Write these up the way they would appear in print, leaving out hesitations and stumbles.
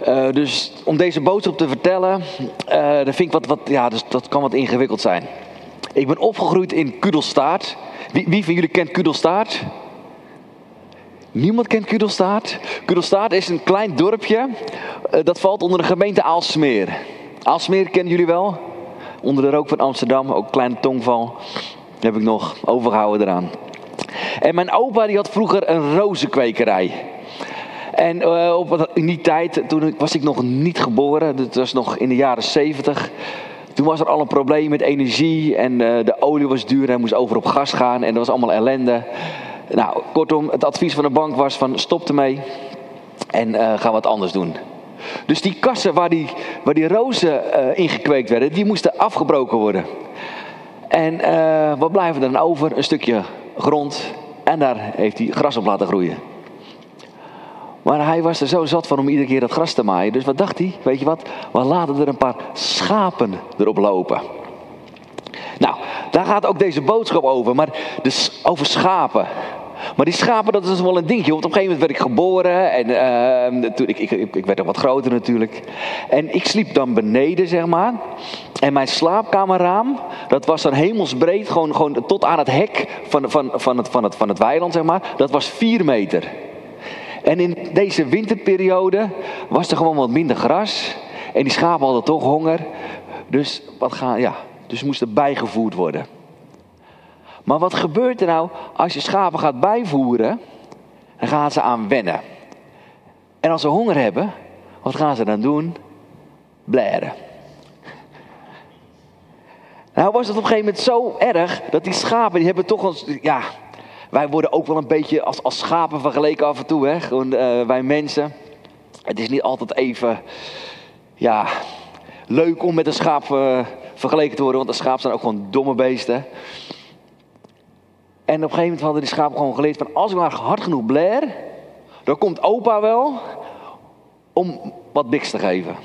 Dus om deze boodschap te vertellen, dat vind ik dus dat kan wat ingewikkeld zijn. Ik ben opgegroeid in Kudelstaart. Wie van jullie kent Kudelstaart? Niemand kent Kudelstaart? Kudelstaart is een klein dorpje. Dat valt onder de gemeente Aalsmeer. Aalsmeer kennen jullie wel? Onder de rook van Amsterdam, ook een kleine tongval. Heb ik nog overgehouden eraan. En mijn opa die had vroeger een rozenkwekerij. En in die tijd, toen was ik nog niet geboren. Dat was nog in de jaren 70. Toen was er al een probleem met energie. En de olie was duur. Hij moest over op gas gaan. En dat was allemaal ellende. Nou, kortom, het advies van de bank was van stop ermee. En ga wat anders doen. Dus die kassen waar die rozen ingekweekt werden, die moesten afgebroken worden. En wat blijven er dan over? Een stukje grond. En daar heeft hij gras op laten groeien. Maar hij was er zo zat van om iedere keer dat gras te maaien. Dus wat dacht hij? Weet je wat? We laten er een paar schapen erop lopen. Nou, daar gaat ook deze boodschap over. Maar dus over schapen. Maar die schapen, dat is wel een dingetje. Want op een gegeven moment werd ik geboren. En toen, ik werd ook wat groter natuurlijk. En ik sliep dan beneden, zeg maar. En mijn slaapkamerraam, dat was dan hemelsbreed. Gewoon tot aan het hek van het weiland, zeg maar. Dat was 4 meter. En in deze winterperiode was er gewoon wat minder gras. En die schapen hadden toch honger. Dus dus moesten bijgevoerd worden. Maar wat gebeurt er nou als je schapen gaat bijvoeren? Dan gaan ze aan wennen. En als ze honger hebben, wat gaan ze dan doen? Blaren. Nou was het op een gegeven moment zo erg dat die schapen, die hebben toch wij worden ook wel een beetje als schapen vergeleken af en toe, hè? Gewoon wij mensen. Het is niet altijd even leuk om met een schaap vergeleken te worden, want de schapen zijn ook gewoon domme beesten. En op een gegeven moment hadden die schapen gewoon geleerd van als ik maar hard genoeg blaar, dan komt opa wel om wat biks te geven.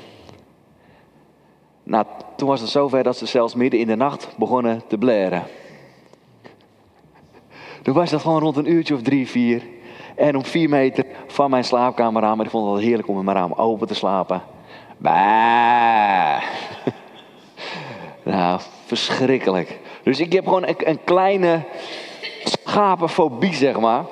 Nou, toen was het zover dat ze zelfs midden in de nacht begonnen te blaren. Toen was dat gewoon rond een uurtje of 3, 4. En om 4 meter van mijn slaapkamer aan. Maar ik vond het wel heerlijk om met mijn raam open te slapen. Bah. Nou, verschrikkelijk. Dus ik heb gewoon een kleine schapenfobie, zeg maar.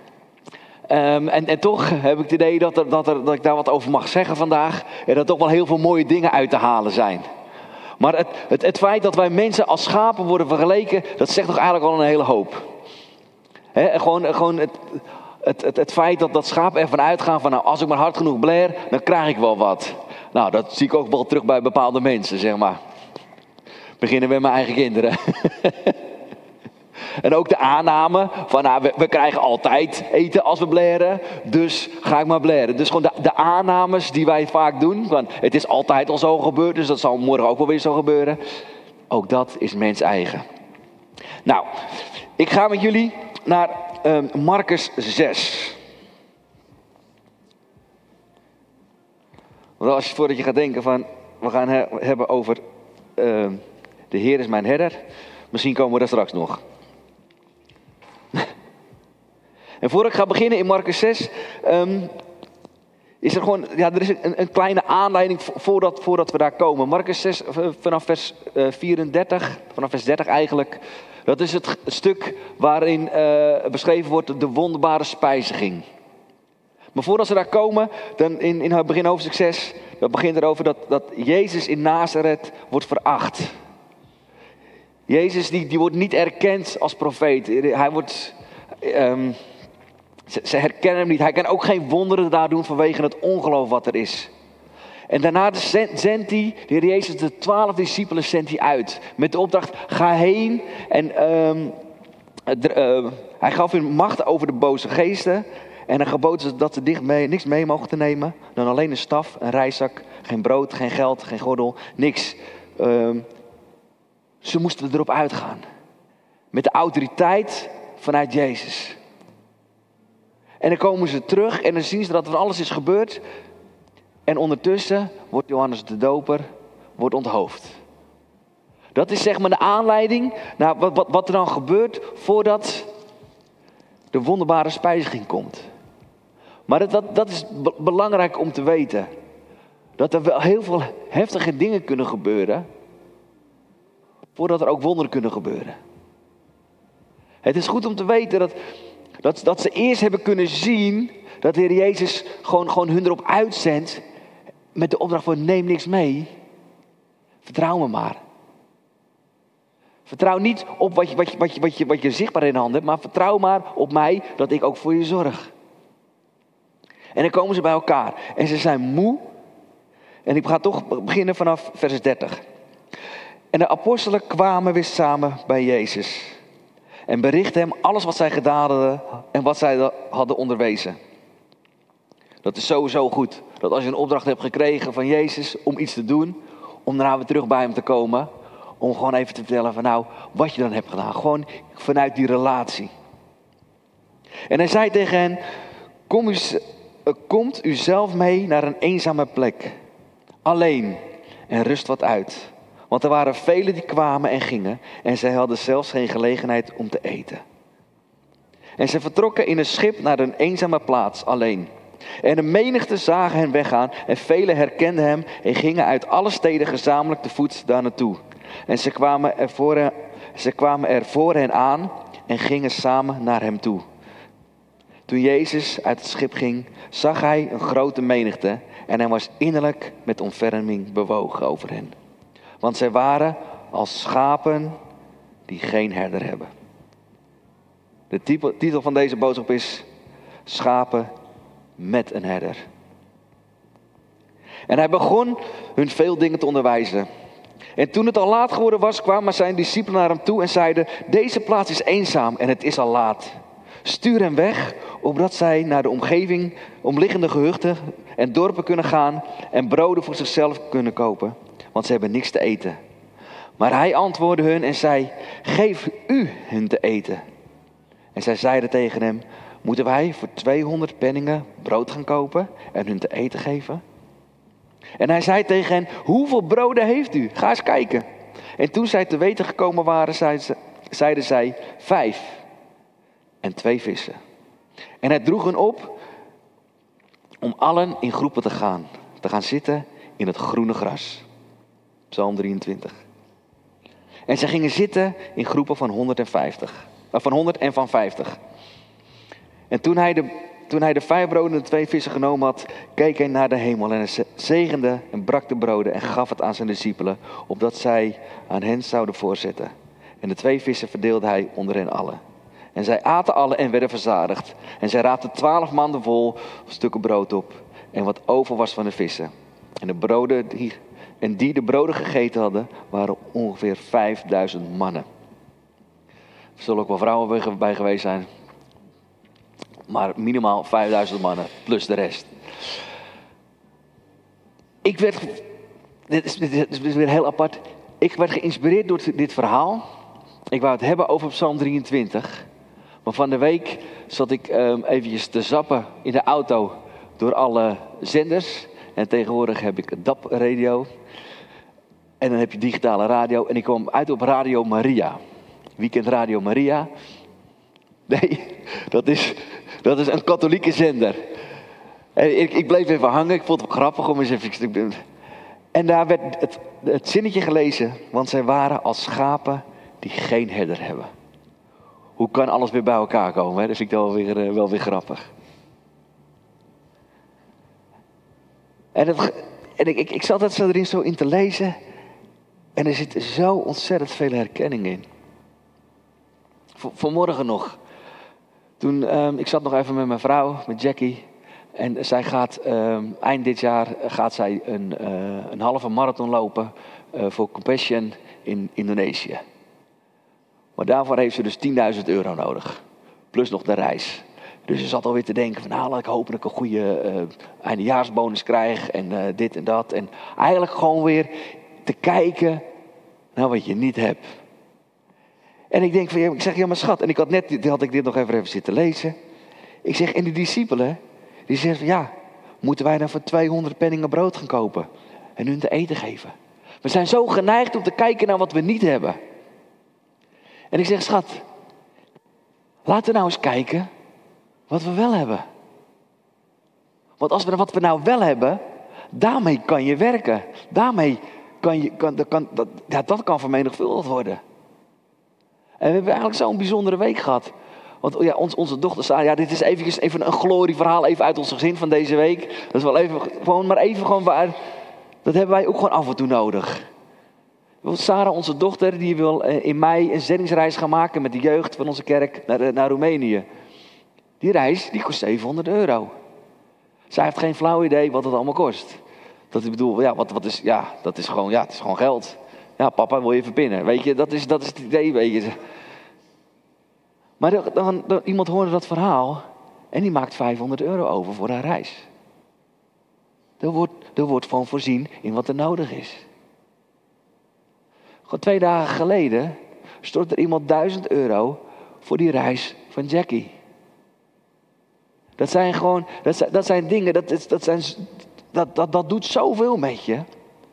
En toch heb ik het idee dat ik daar wat over mag zeggen vandaag. En dat toch wel heel veel mooie dingen uit te halen zijn. Maar het feit dat wij mensen als schapen worden vergeleken, dat zegt toch eigenlijk al een hele hoop. Gewoon het feit dat schapen ervan uitgaan van nou, als ik maar hard genoeg blaar, dan krijg ik wel wat. Nou, dat zie ik ook wel terug bij bepaalde mensen, zeg maar. Beginnen met mijn eigen kinderen. En ook de aanname van nou, we krijgen altijd eten als we blaren, dus ga ik maar blaren. Dus gewoon de aannames die wij vaak doen, van het is altijd al zo gebeurd, dus dat zal morgen ook wel weer zo gebeuren. Ook dat is mens eigen. Nou, ik ga met jullie naar Marcus 6. Want voordat je gaat denken van, we gaan hebben over de Heer is mijn herder. Misschien komen we daar straks nog. En voordat ik ga beginnen in Marcus 6, is er gewoon, er is een kleine aanleiding voordat we daar komen. Marcus 6 vanaf vers 34, vanaf vers 30 eigenlijk. Dat is het stuk waarin beschreven wordt de wonderbare spijziging. Maar voordat ze daar komen, dan in het begin hoofdstuk 6, dat begint erover dat Jezus in Nazareth wordt veracht. Jezus die wordt niet erkend als profeet. Hij wordt, ze herkennen hem niet. Hij kan ook geen wonderen daar doen vanwege het ongeloof wat er is. En daarna zendt hij, de Heer Jezus, de 12 discipelen zendt hij uit. Met de opdracht, ga heen. En hij gaf hun macht over de boze geesten. En hij gebood ze dat ze niks mee mochten te nemen. Dan alleen een staf, een reiszak, geen brood, geen geld, geen gordel, niks. Ze moesten erop uitgaan. Met de autoriteit vanuit Jezus. En dan komen ze terug en dan zien ze dat er alles is gebeurd. En ondertussen wordt Johannes de Doper onthoofd. Dat is zeg maar de aanleiding naar wat er dan gebeurt voordat de wonderbare spijziging komt. Maar dat is belangrijk om te weten. dat er wel heel veel heftige dingen kunnen gebeuren, voordat er ook wonderen kunnen gebeuren. Het is goed om te weten dat ze eerst hebben kunnen zien dat de Heer Jezus gewoon hun erop uitzendt met de opdracht van neem niks mee. Vertrouw me maar. Vertrouw niet op wat je zichtbaar in de hand hebt, maar vertrouw maar op mij dat ik ook voor je zorg. En dan komen ze bij elkaar en ze zijn moe. En ik ga toch beginnen vanaf vers 30. En de apostelen kwamen weer samen bij Jezus. En berichtten hem alles wat zij gedaan hadden en wat zij hadden onderwezen. Dat is sowieso goed. Dat als je een opdracht hebt gekregen van Jezus om iets te doen, om daarna weer terug bij hem te komen. Om gewoon even te vertellen van nou, wat je dan hebt gedaan. Gewoon vanuit die relatie. En hij zei tegen hen, komt u zelf mee naar een eenzame plek. Alleen en rust wat uit. Want er waren velen die kwamen en gingen en zij hadden zelfs geen gelegenheid om te eten. En ze vertrokken in een schip naar een eenzame plaats alleen. En de menigte zagen hen weggaan en velen herkenden hem en gingen uit alle steden gezamenlijk te voet daar naartoe. En ze kwamen er voor hen aan en gingen samen naar hem toe. Toen Jezus uit het schip ging, zag hij een grote menigte en hij was innerlijk met ontferming bewogen over hen. Want zij waren als schapen die geen herder hebben. De titel van deze boodschap is Schapen met een herder. En hij begon hun veel dingen te onderwijzen. En toen het al laat geworden was, kwamen zijn discipelen naar hem toe en zeiden, deze plaats is eenzaam en het is al laat. Stuur hem weg, opdat zij naar de omliggende gehuchten en dorpen kunnen gaan en broden voor zichzelf kunnen kopen, want ze hebben niks te eten. Maar hij antwoordde hun en zei, geef u hun te eten. En zij zeiden tegen hem, moeten wij voor 200 penningen brood gaan kopen en hun te eten geven? En hij zei tegen hen, hoeveel broden heeft u? Ga eens kijken. En toen zij te weten gekomen waren, zeiden zij 5 en 2 vissen. En hij droeg hen op om allen in groepen te gaan zitten in het groene gras. Psalm 23. En zij gingen zitten in groepen van 100 en van 50. En toen hij de 5 broden en 2 vissen genomen had, keek hij naar de hemel en hij zegende en brak de broden en gaf het aan zijn discipelen, opdat zij aan hen zouden voorzetten. En de 2 vissen verdeelde hij onder hen allen. En zij aten alle en werden verzadigd. En zij raapten 12 manden vol stukken brood op en wat over was van de vissen. En die de broden gegeten hadden, waren ongeveer 5000 mannen. Er zullen ook wel vrouwen bij geweest zijn. Maar minimaal 5000 mannen, plus de rest. Dit is weer heel apart. Ik werd geïnspireerd door dit verhaal. Ik wou het hebben over Psalm 23. Maar van de week zat ik eventjes te zappen in de auto door alle zenders. En tegenwoordig heb ik een DAB-radio. En dan heb je digitale radio. En ik kwam uit op Radio Maria. Wie kent Radio Maria? Nee, dat is een katholieke zender. En ik bleef even hangen. Ik vond het grappig om eens even... En daar werd het zinnetje gelezen. Want zij waren als schapen die geen herder hebben. Hoe kan alles weer bij elkaar komen? Hè? Dat vind ik wel weer grappig. En ik zat dat zo erin zo in te lezen. En er zit zo ontzettend veel herkenning in. Vanmorgen nog. Toen, ik zat nog even met mijn vrouw, met Jackie. En zij gaat eind dit jaar een halve marathon lopen voor Compassion in Indonesië. Maar daarvoor heeft ze dus €10.000 nodig. Plus nog de reis. Dus ze zat alweer te denken van nou, laat ik hopen dat ik een goede eindejaarsbonus krijg. En dit en dat. En eigenlijk gewoon weer te kijken naar wat je niet hebt. En ik denk van, ik zeg, ja maar schat. En had ik dit nog even zitten lezen. Ik zeg, en die discipelen, die zeggen van ja, moeten wij dan voor 200 penningen brood gaan kopen? En hun te eten geven. We zijn zo geneigd om te kijken naar wat we niet hebben. En ik zeg, schat, laten we nou eens kijken wat we wel hebben. Want als we wat we nou wel hebben, Daarmee kan je werken. Daarmee dat kan vermenigvuldigd worden. En we hebben eigenlijk zo'n bijzondere week gehad. Want ja, onze dochter zei, ja, dit is even een glorieverhaal even uit ons gezin van deze week. Dat is wel even waar. Dat hebben wij ook gewoon af en toe nodig. Sarah, onze dochter, die wil in mei een zendingsreis gaan maken met de jeugd van onze kerk naar Roemenië. Die reis, die kost €700. Zij heeft geen flauw idee wat het allemaal kost. Dat ik bedoel, ja, het is gewoon geld. Ja, papa, wil je even pinnen? Weet je, dat is het idee, weet je. Maar iemand hoorde dat verhaal en die maakt €500 over voor haar reis. Er wordt van voorzien in wat er nodig is. Gewoon 2 dagen geleden stort er iemand €1000 voor die reis van Jackie. Dat zijn dingen, dat doet zoveel met je.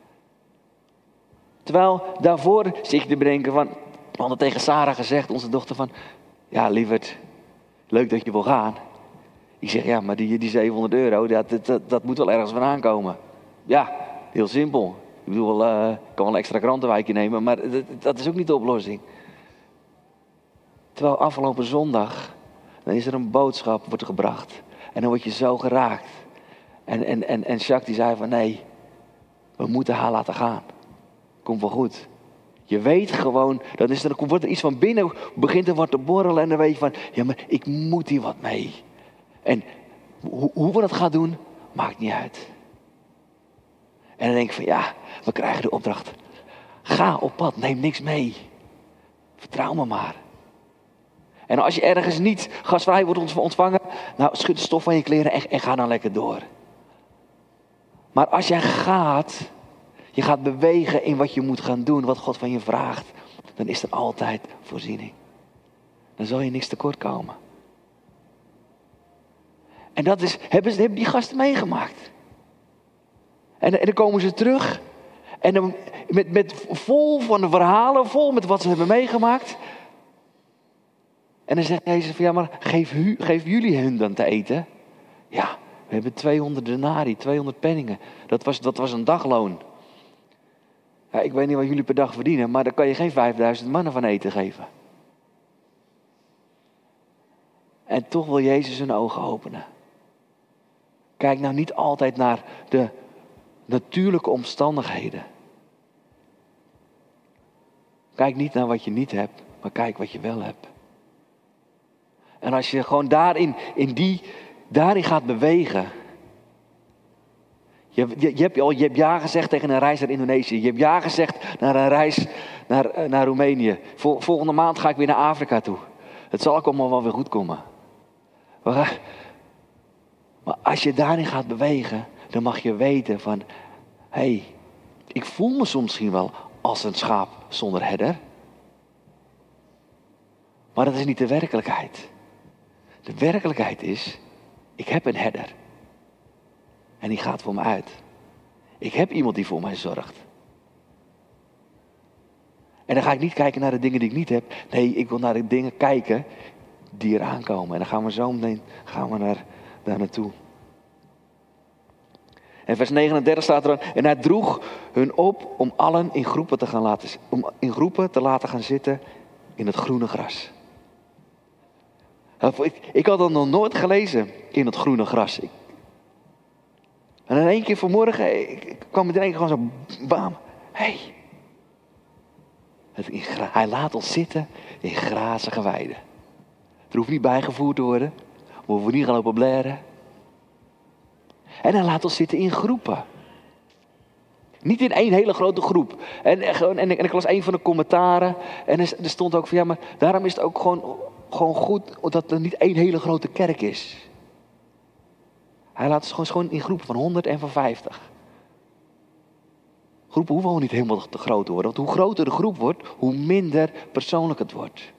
Terwijl daarvoor zit je te bedenken van, we hadden tegen Sarah gezegd, onze dochter van, ja lieverd, leuk dat je wil gaan. Ik zeg, ja, maar die €700, dat moet wel ergens vandaan komen. Ja, heel simpel. Ik bedoel, ik kan wel een extra krantenwijkje nemen, maar dat is ook niet de oplossing. Terwijl afgelopen zondag, dan is er een boodschap, wordt gebracht. En dan word je zo geraakt. En Jacques die zei van, nee, we moeten haar laten gaan. Komt wel goed. Je weet gewoon, dan wordt er iets van binnen, begint er wat te borrelen en dan weet je van, ja, maar ik moet hier wat mee. En hoe we dat gaan doen, maakt niet uit. En dan denk ik van, ja, we krijgen de opdracht. Ga op pad, neem niks mee. Vertrouw me maar. En als je ergens niet gastvrij wordt ontvangen, nou, schud de stof van je kleren en ga dan lekker door. Maar als jij je gaat bewegen in wat je moet gaan doen, wat God van je vraagt, dan is er altijd voorziening. Dan zal je niks tekort komen. En dat hebben die gasten meegemaakt. En dan komen ze terug. En dan met vol van de verhalen, vol met wat ze hebben meegemaakt. En dan zegt Jezus van, ja, maar geef jullie hun dan te eten? Ja, we hebben 200 denari, 200 penningen. Dat was een dagloon. Ja, ik weet niet wat jullie per dag verdienen, maar daar kan je geen 5000 mannen van eten geven. En toch wil Jezus hun ogen openen. Kijk nou niet altijd naar de natuurlijke omstandigheden. Kijk niet naar wat je niet hebt, maar kijk wat je wel hebt. En als je gewoon daarin gaat bewegen. Je hebt ja gezegd tegen een reis naar Indonesië. Je hebt ja gezegd naar een reis naar Roemenië. Volgende maand ga ik weer naar Afrika toe. Het zal ook allemaal wel weer goed komen. Maar als je daarin gaat bewegen, dan mag je weten van, hé, ik voel me soms misschien wel als een schaap zonder herder. Maar dat is niet de werkelijkheid. De werkelijkheid is, ik heb een herder. En die gaat voor me uit. Ik heb iemand die voor mij zorgt. En dan ga ik niet kijken naar de dingen die ik niet heb. Nee, ik wil naar de dingen kijken die er aankomen. En dan gaan we zo meteen daar naartoe. En vers 39 staat er dan, en hij droeg hun op om allen in groepen te laten gaan zitten in het groene gras. Ik had dat nog nooit gelezen, in het groene gras. En in één keer vanmorgen, ik kwam met in één keer gewoon zo, bam. Hij laat ons zitten in grazige weiden. Er hoeft niet bijgevoerd te worden. We hoeven niet gaan lopen blaren. En hij laat ons zitten in groepen. Niet in één hele grote groep. En ik las een van de commentaren. En er stond ook van, ja, maar daarom is het ook gewoon goed dat er niet één hele grote kerk is. Hij laat ons gewoon in groepen van 100 en van 50. Groepen hoeven gewoon niet helemaal te groot te worden. Want hoe groter de groep wordt, hoe minder persoonlijk het wordt.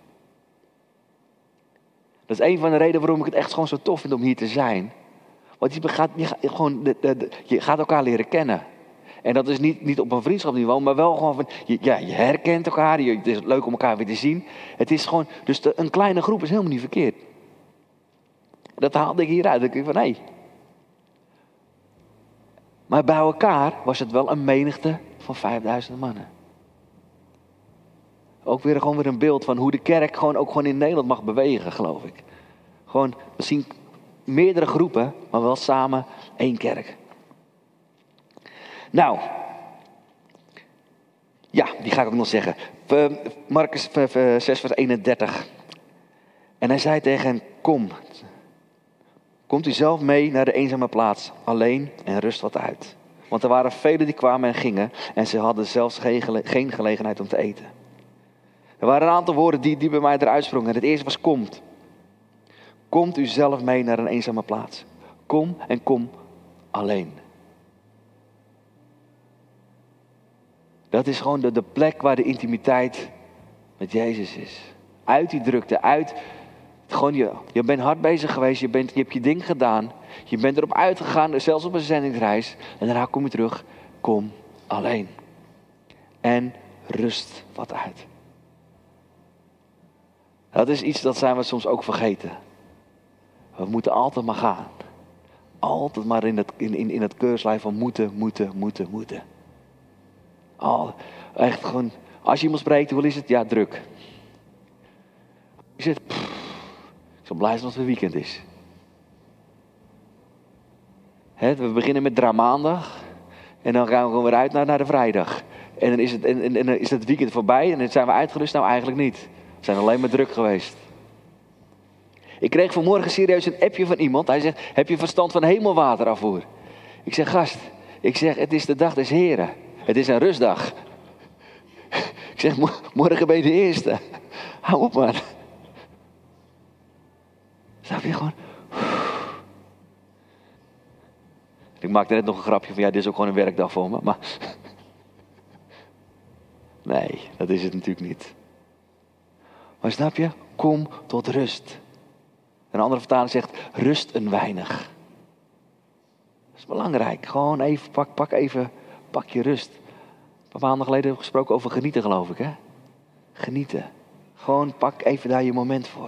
Dat is een van de redenen waarom ik het echt gewoon zo tof vind om hier te zijn. Want je gaat elkaar leren kennen. En dat is niet op een vriendschapsniveau, maar wel gewoon van, je herkent elkaar. Het is leuk om elkaar weer te zien. Het is gewoon, dus een kleine groep is helemaal niet verkeerd. Dat haalde ik hieruit. Ik denk van, Maar bij elkaar was het wel een menigte van 5000 mannen. Ook weer gewoon weer een beeld van hoe de kerk gewoon in Nederland mag bewegen, geloof ik. Gewoon misschien meerdere groepen, maar wel samen één kerk. Nou, ja, die ga ik ook nog zeggen. Marcus 6 vers 31. En hij zei tegen hen, komt u zelf mee naar de eenzame plaats, alleen en rust wat uit. Want er waren velen die kwamen en gingen en ze hadden zelfs geen gelegenheid om te eten. Er waren een aantal woorden die bij mij eruit sprongen. Het eerste was komt. Komt u zelf mee naar een eenzame plaats. Kom en kom alleen. Dat is gewoon de plek waar de intimiteit met Jezus is. Uit die drukte, gewoon je bent hard bezig geweest, je hebt je ding gedaan. Je bent erop uitgegaan, zelfs op een zendingsreis. En daarna kom je terug, kom alleen. En rust wat uit. Dat is iets dat zijn we soms ook vergeten. We moeten altijd maar gaan. Altijd maar in het keurslijf van moeten. Echt gewoon, als je iemand spreekt, hoe is het? Ja, druk. Is het? Ik zal blij zijn als het weekend is. We beginnen met maandag. En dan gaan we gewoon weer uit naar de vrijdag. En dan is het weekend voorbij en dan zijn we uitgerust. Nou, eigenlijk niet. We zijn alleen maar druk geweest. Ik kreeg vanmorgen serieus een appje van iemand. Hij zegt, heb je verstand van hemelwaterafvoer? Ik zeg, gast. Het is de dag des Heren. Het is een rustdag. Ik zeg, morgen ben je de eerste. Hou op, man. Snap je gewoon? Ik maakte net nog een grapje van, ja, dit is ook gewoon een werkdag voor me. Maar nee, dat is het natuurlijk niet. Maar snap je? Kom tot rust. Een andere vertaling zegt, rust een weinig. Dat is belangrijk. Gewoon even, pak je rust. Een paar maanden geleden hebben we gesproken over genieten, geloof ik, hè? Genieten. Gewoon pak even daar je moment voor.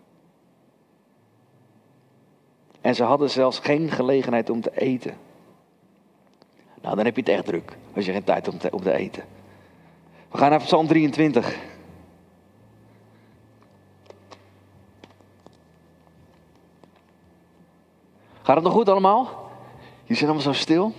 En ze hadden zelfs geen gelegenheid om te eten. Nou, dan heb je het echt druk. Als je geen tijd hebt om te eten. We gaan naar Psalm 23. Gaat het nog goed allemaal? Jullie zijn allemaal zo stil.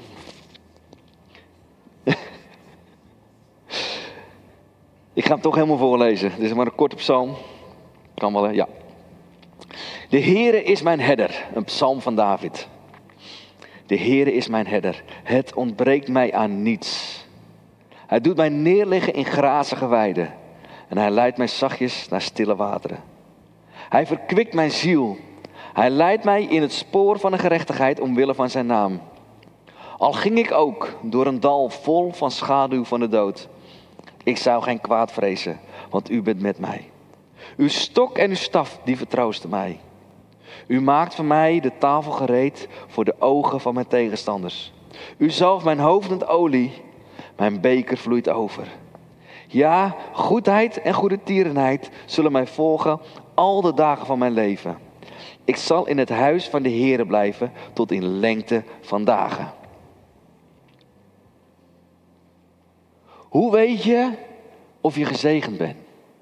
Ik ga hem toch helemaal voorlezen. Dit is maar een korte psalm. Kan wel, hè? Ja. De Heere is mijn herder. Een psalm van David. De Heere is mijn herder. Het ontbreekt mij aan niets. Hij doet mij neerliggen in grazige weiden. En hij leidt mij zachtjes naar stille wateren. Hij verkwikt mijn ziel. Hij leidt mij in het spoor van de gerechtigheid omwille van zijn naam. Al ging ik ook door een dal vol van schaduw van de dood. Ik zou geen kwaad vrezen, want u bent met mij. Uw stok en uw staf, die vertroosten mij. U maakt voor mij de tafel gereed voor de ogen van mijn tegenstanders. U zalft mijn hoofd met olie, mijn beker vloeit over. Ja, goedheid en goede tierenheid zullen mij volgen al de dagen van mijn leven. Ik zal in het huis van de Heere blijven tot in lengte van dagen. Hoe weet je of je gezegend bent?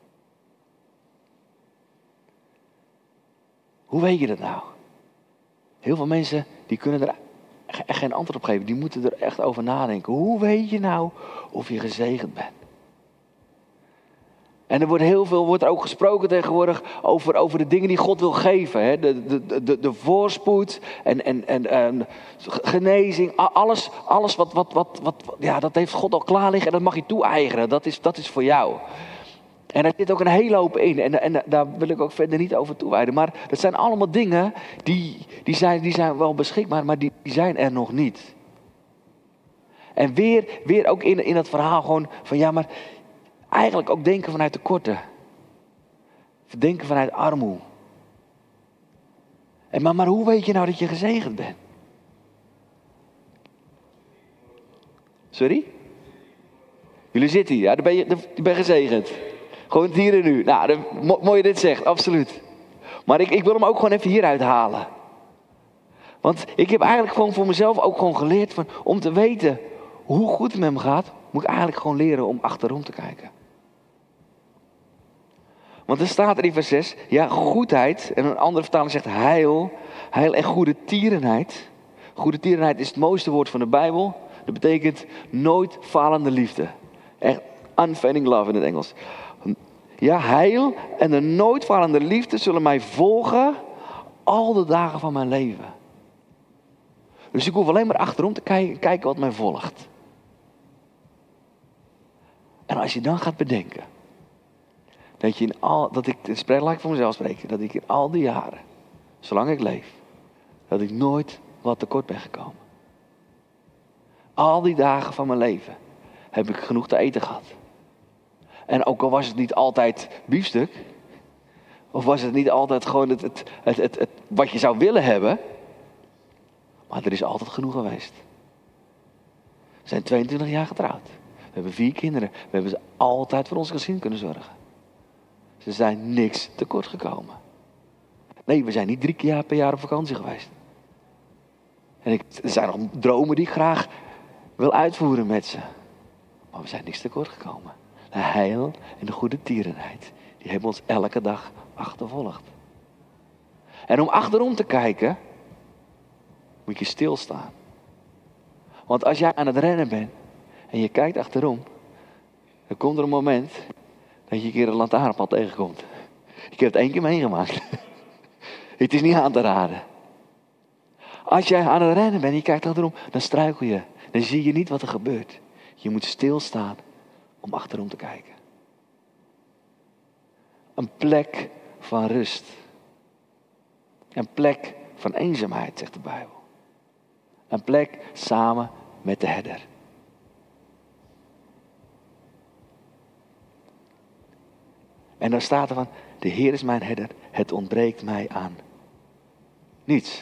Hoe weet je dat nou? Heel veel mensen die kunnen er echt geen antwoord op geven. Die moeten er echt over nadenken. Hoe weet je nou of je gezegend bent? En er wordt er ook gesproken tegenwoordig over de dingen die God wil geven. Hè? De voorspoed en genezing. Alles wat ja, dat heeft God al klaar liggen en dat mag je toe-eigenen. Dat is voor jou. En er zit ook een hele hoop in. En daar wil ik ook verder niet over toewijden. Maar dat zijn allemaal dingen die zijn wel beschikbaar, maar die zijn er nog niet. En weer ook in het verhaal gewoon van ja, maar eigenlijk ook denken vanuit tekorten. Denken vanuit armoede. Maar hoe weet je nou dat je gezegend bent? Sorry? Jullie zitten hier, ja, dan ben je gezegend. Gewoon het hier en nu. Nou, mooi je dit zegt, absoluut. Maar ik wil hem ook gewoon even hieruit halen. Want ik heb eigenlijk gewoon voor mezelf ook gewoon geleerd om te weten hoe goed het met me gaat, moet ik eigenlijk gewoon leren om achterom te kijken. Want er staat er in vers 6, ja, goedheid, en een andere vertaling zegt heil en goede tierenheid. Goede tierenheid is het mooiste woord van de Bijbel. Dat betekent nooit falende liefde. Echt unfailing love in het Engels. Ja, heil en de nooit falende liefde zullen mij volgen al de dagen van mijn leven. Dus ik hoef alleen maar achterom te kijken wat mij volgt. En als je dan gaat bedenken, laat ik voor mezelf spreken, dat ik in al die jaren, zolang ik leef, dat ik nooit wat tekort ben gekomen. Al die dagen van mijn leven heb ik genoeg te eten gehad. En ook al was het niet altijd biefstuk, of was het niet altijd gewoon het wat je zou willen hebben, maar er is altijd genoeg geweest. We zijn 22 jaar getrouwd. We hebben 4 kinderen. We hebben ze altijd voor ons gezin kunnen zorgen. Ze zijn niks tekort gekomen. Nee, we zijn niet 3 keer per jaar op vakantie geweest. En er zijn nog dromen die ik graag wil uitvoeren met ze. Maar we zijn niks tekort gekomen. De heil en de goede tierenheid, die hebben ons elke dag achtervolgd. En om achterom te kijken, moet je stilstaan. Want als jij aan het rennen bent en je kijkt achterom, dan komt er een moment dat je een keer een lantaarnpaal tegenkomt. Ik heb het 1 keer meegemaakt. Het is niet aan te raden. Als jij aan het rennen bent en je kijkt achterom, dan struikel je. Dan zie je niet wat er gebeurt. Je moet stilstaan om achterom te kijken. Een plek van rust. Een plek van eenzaamheid, zegt de Bijbel. Een plek samen met de herder. En dan staat er van, de Heer is mijn herder, het ontbreekt mij aan niets.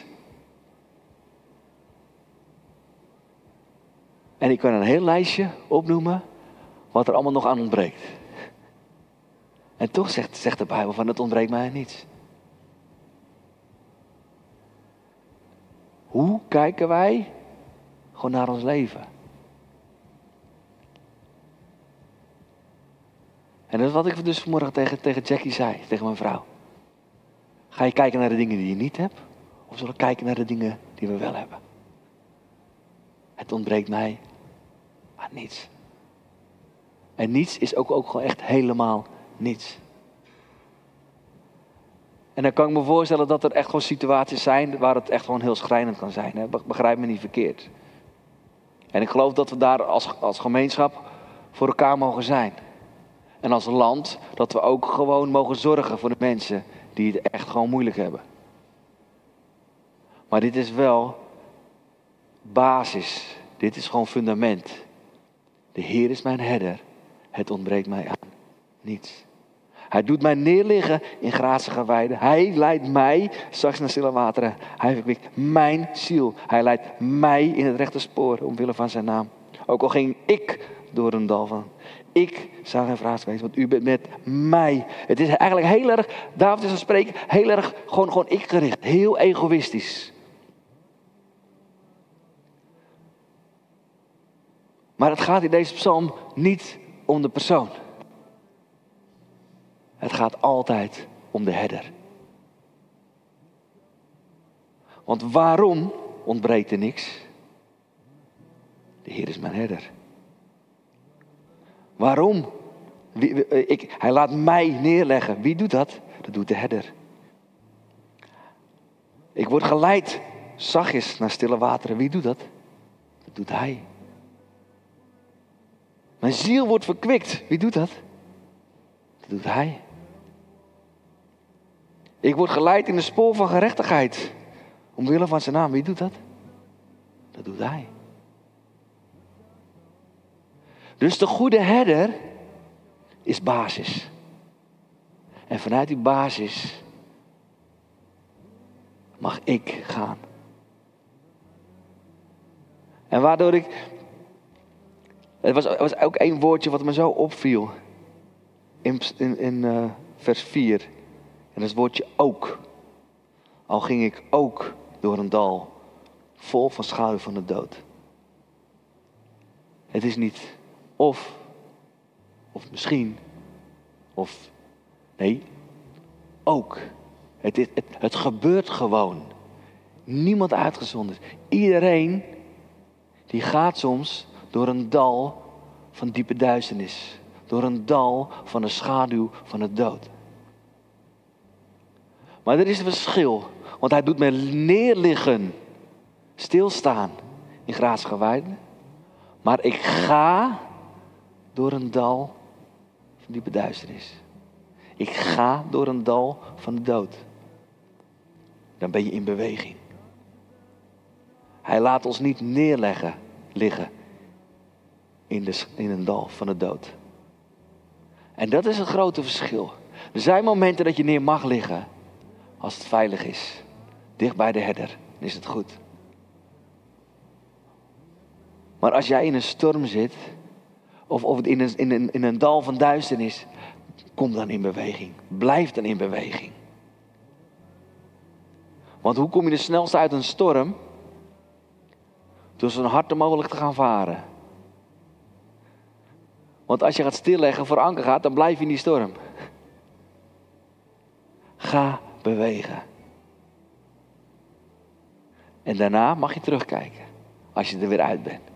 En ik kan een heel lijstje opnoemen wat er allemaal nog aan ontbreekt. En toch zegt de Bijbel van, het ontbreekt mij aan niets. Hoe kijken wij gewoon naar ons leven? En dat is wat ik dus vanmorgen tegen Jackie zei, tegen mijn vrouw. Ga je kijken naar de dingen die je niet hebt? Of zullen we kijken naar de dingen die we wel hebben? Het ontbreekt mij aan niets. En niets is ook gewoon echt helemaal niets. En dan kan ik me voorstellen dat er echt gewoon situaties zijn waar het echt gewoon heel schrijnend kan zijn. Hè? Begrijp me niet verkeerd. En ik geloof dat we daar als gemeenschap voor elkaar mogen zijn. En als land dat we ook gewoon mogen zorgen voor de mensen die het echt gewoon moeilijk hebben. Maar dit is wel basis. Dit is gewoon fundament. De Heer is mijn herder. Het ontbreekt mij aan niets. Hij doet mij neerliggen in grazige weiden. Hij leidt mij straks naar stille wateren. Hij verkwikt mijn ziel. Hij leidt mij in het rechte spoor omwille van zijn naam. Ook al ging ik door een dal van. Ik zou geen vraag wezen, want u bent met mij. Het is eigenlijk heel erg, David is aan het spreken, heel erg gewoon ik gericht. Heel egoïstisch. Maar het gaat in deze psalm niet om de persoon. Het gaat altijd om de herder. Want waarom ontbreekt er niks? De Heer is mijn herder. Waarom? Hij laat mij neerleggen. Wie doet dat? Dat doet de herder. Ik word geleid zachtjes naar stille wateren. Wie doet dat? Dat doet hij. Mijn ziel wordt verkwikt. Wie doet dat? Dat doet hij. Ik word geleid in de spoor van gerechtigheid. Omwille van zijn naam. Wie doet dat? Dat doet hij. Dus de goede herder is basis. En vanuit die basis mag ik gaan. En waardoor het was ook één woordje wat me zo opviel. In vers 4. En dat is het woordje ook. Al ging ik ook door een dal Vol van schaduw van de dood. Het is niet of misschien, of nee, ook. Het gebeurt gewoon. Niemand uitgezonderd. Iedereen die gaat soms door een dal van diepe duisternis. Door een dal van de schaduw van de dood. Maar er is een verschil. Want hij doet mij neerliggen. Stilstaan in grazige weiden. Maar ik ga door een dal van diepe duisternis. Ik ga door een dal van de dood. Dan ben je in beweging. Hij laat ons niet liggen in een dal van de dood. En dat is het grote verschil. Er zijn momenten dat je neer mag liggen als het veilig is. Dicht bij de herder, dan is het goed. Maar als jij in een storm zit, of in een dal van duisternis, kom dan in beweging. Blijf dan in beweging. Want hoe kom je er snelst uit een storm? Door zo hard mogelijk te gaan varen. Want als je gaat stilleggen, voor anker gaat, dan blijf je in die storm. Ga bewegen. En daarna mag je terugkijken, als je er weer uit bent.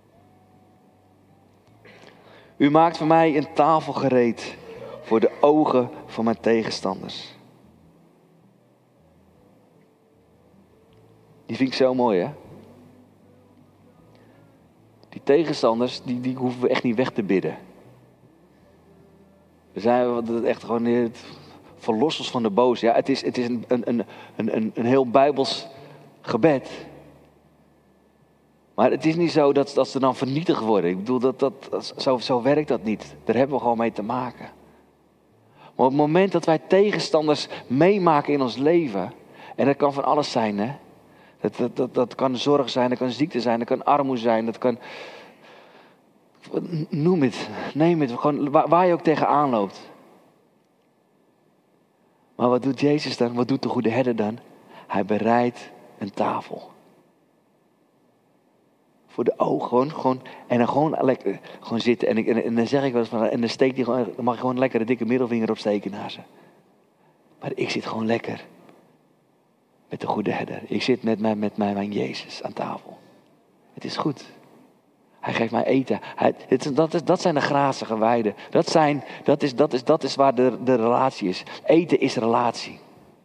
U maakt voor mij een tafel gereed voor de ogen van mijn tegenstanders. Die vind ik zo mooi, hè? Die tegenstanders, die hoeven we echt niet weg te bidden. We zijn echt gewoon verlos ons van de boze. Ja, het is een heel Bijbels gebed. Maar het is niet zo dat ze dan vernietigd worden. Ik bedoel, zo werkt dat niet. Daar hebben we gewoon mee te maken. Maar op het moment dat wij tegenstanders meemaken in ons leven. En dat kan van alles zijn, hè. Dat kan zorg zijn, dat kan ziekte zijn, dat kan armoede zijn, dat kan... Noem het, neem het, gewoon waar je ook tegenaan loopt. Maar wat doet Jezus dan? Wat doet de goede herder dan? Hij bereidt een tafel. Voor de ogen, gewoon. En dan gewoon zitten. En dan zeg ik wel eens van, en dan steekt hij gewoon, dan mag je gewoon lekker de dikke middelvinger opsteken naar ze. Maar ik zit gewoon lekker. Met de goede herder. Ik zit met mijn Jezus aan tafel. Het is goed. Hij geeft mij eten. Dat zijn de grazige weiden. Dat is waar de relatie is. Eten is relatie.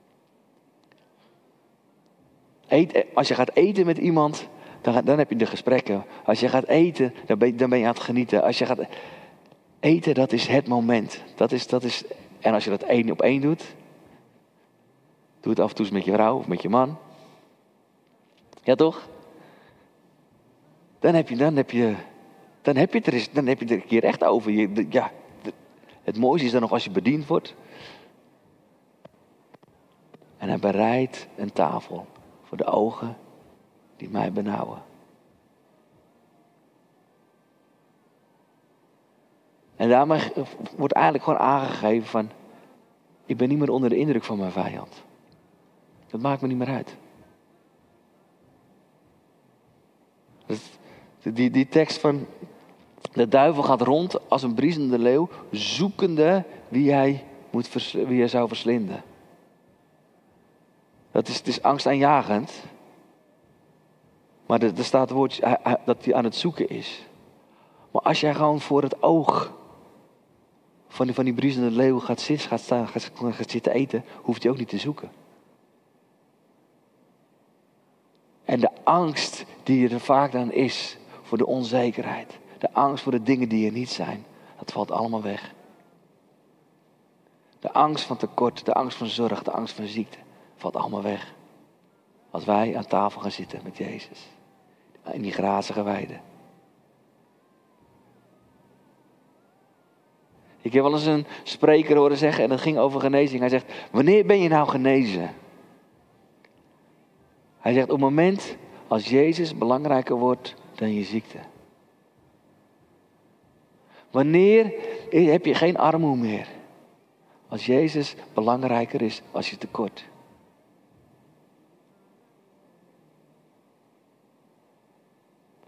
Als je gaat eten met iemand, dan heb je de gesprekken. Als je gaat eten, dan ben je aan het genieten. Als je gaat eten, dat is het moment. Dat is, en als je dat 1 op 1 doet, doe het af en toe eens met je vrouw of met je man. Ja toch? Dan heb je het er een keer echt over. Het mooiste is dan nog als je bediend wordt. En hij bereidt een tafel voor de ogen die mij benauwen. En daarmee wordt eigenlijk gewoon aangegeven van, ik ben niet meer onder de indruk van mijn vijand. Dat maakt me niet meer uit. Die tekst van, de duivel gaat rond als een briesende leeuw, zoekende wie hij zou verslinden. Het is angstaanjagend. Maar er staat het woordje dat hij aan het zoeken is. Maar als jij gewoon voor het oog van die briesende leeuw gaat zitten eten, hoeft hij ook niet te zoeken. En de angst die er vaak dan is voor de onzekerheid. De angst voor de dingen die er niet zijn. Dat valt allemaal weg. De angst van tekort, de angst van zorg, de angst van ziekte. Valt allemaal weg. Als wij aan tafel gaan zitten met Jezus. In die grazige weiden. Ik heb wel eens een spreker horen zeggen, en dat ging over genezing. Hij zegt, wanneer ben je nou genezen? Hij zegt, op het moment als Jezus belangrijker wordt dan je ziekte. Wanneer heb je geen armoede meer? Als Jezus belangrijker is als je tekort.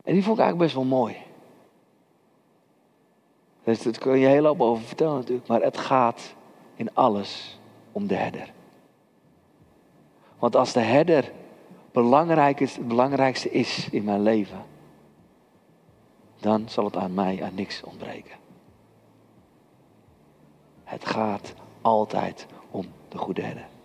En die vond ik eigenlijk best wel mooi. Dus daar kun je heel hoop over vertellen natuurlijk. Maar het gaat in alles om de herder. Want als de herder het belangrijkste is in mijn leven, dan zal het aan mij aan niks ontbreken. Het gaat altijd om de goede herder.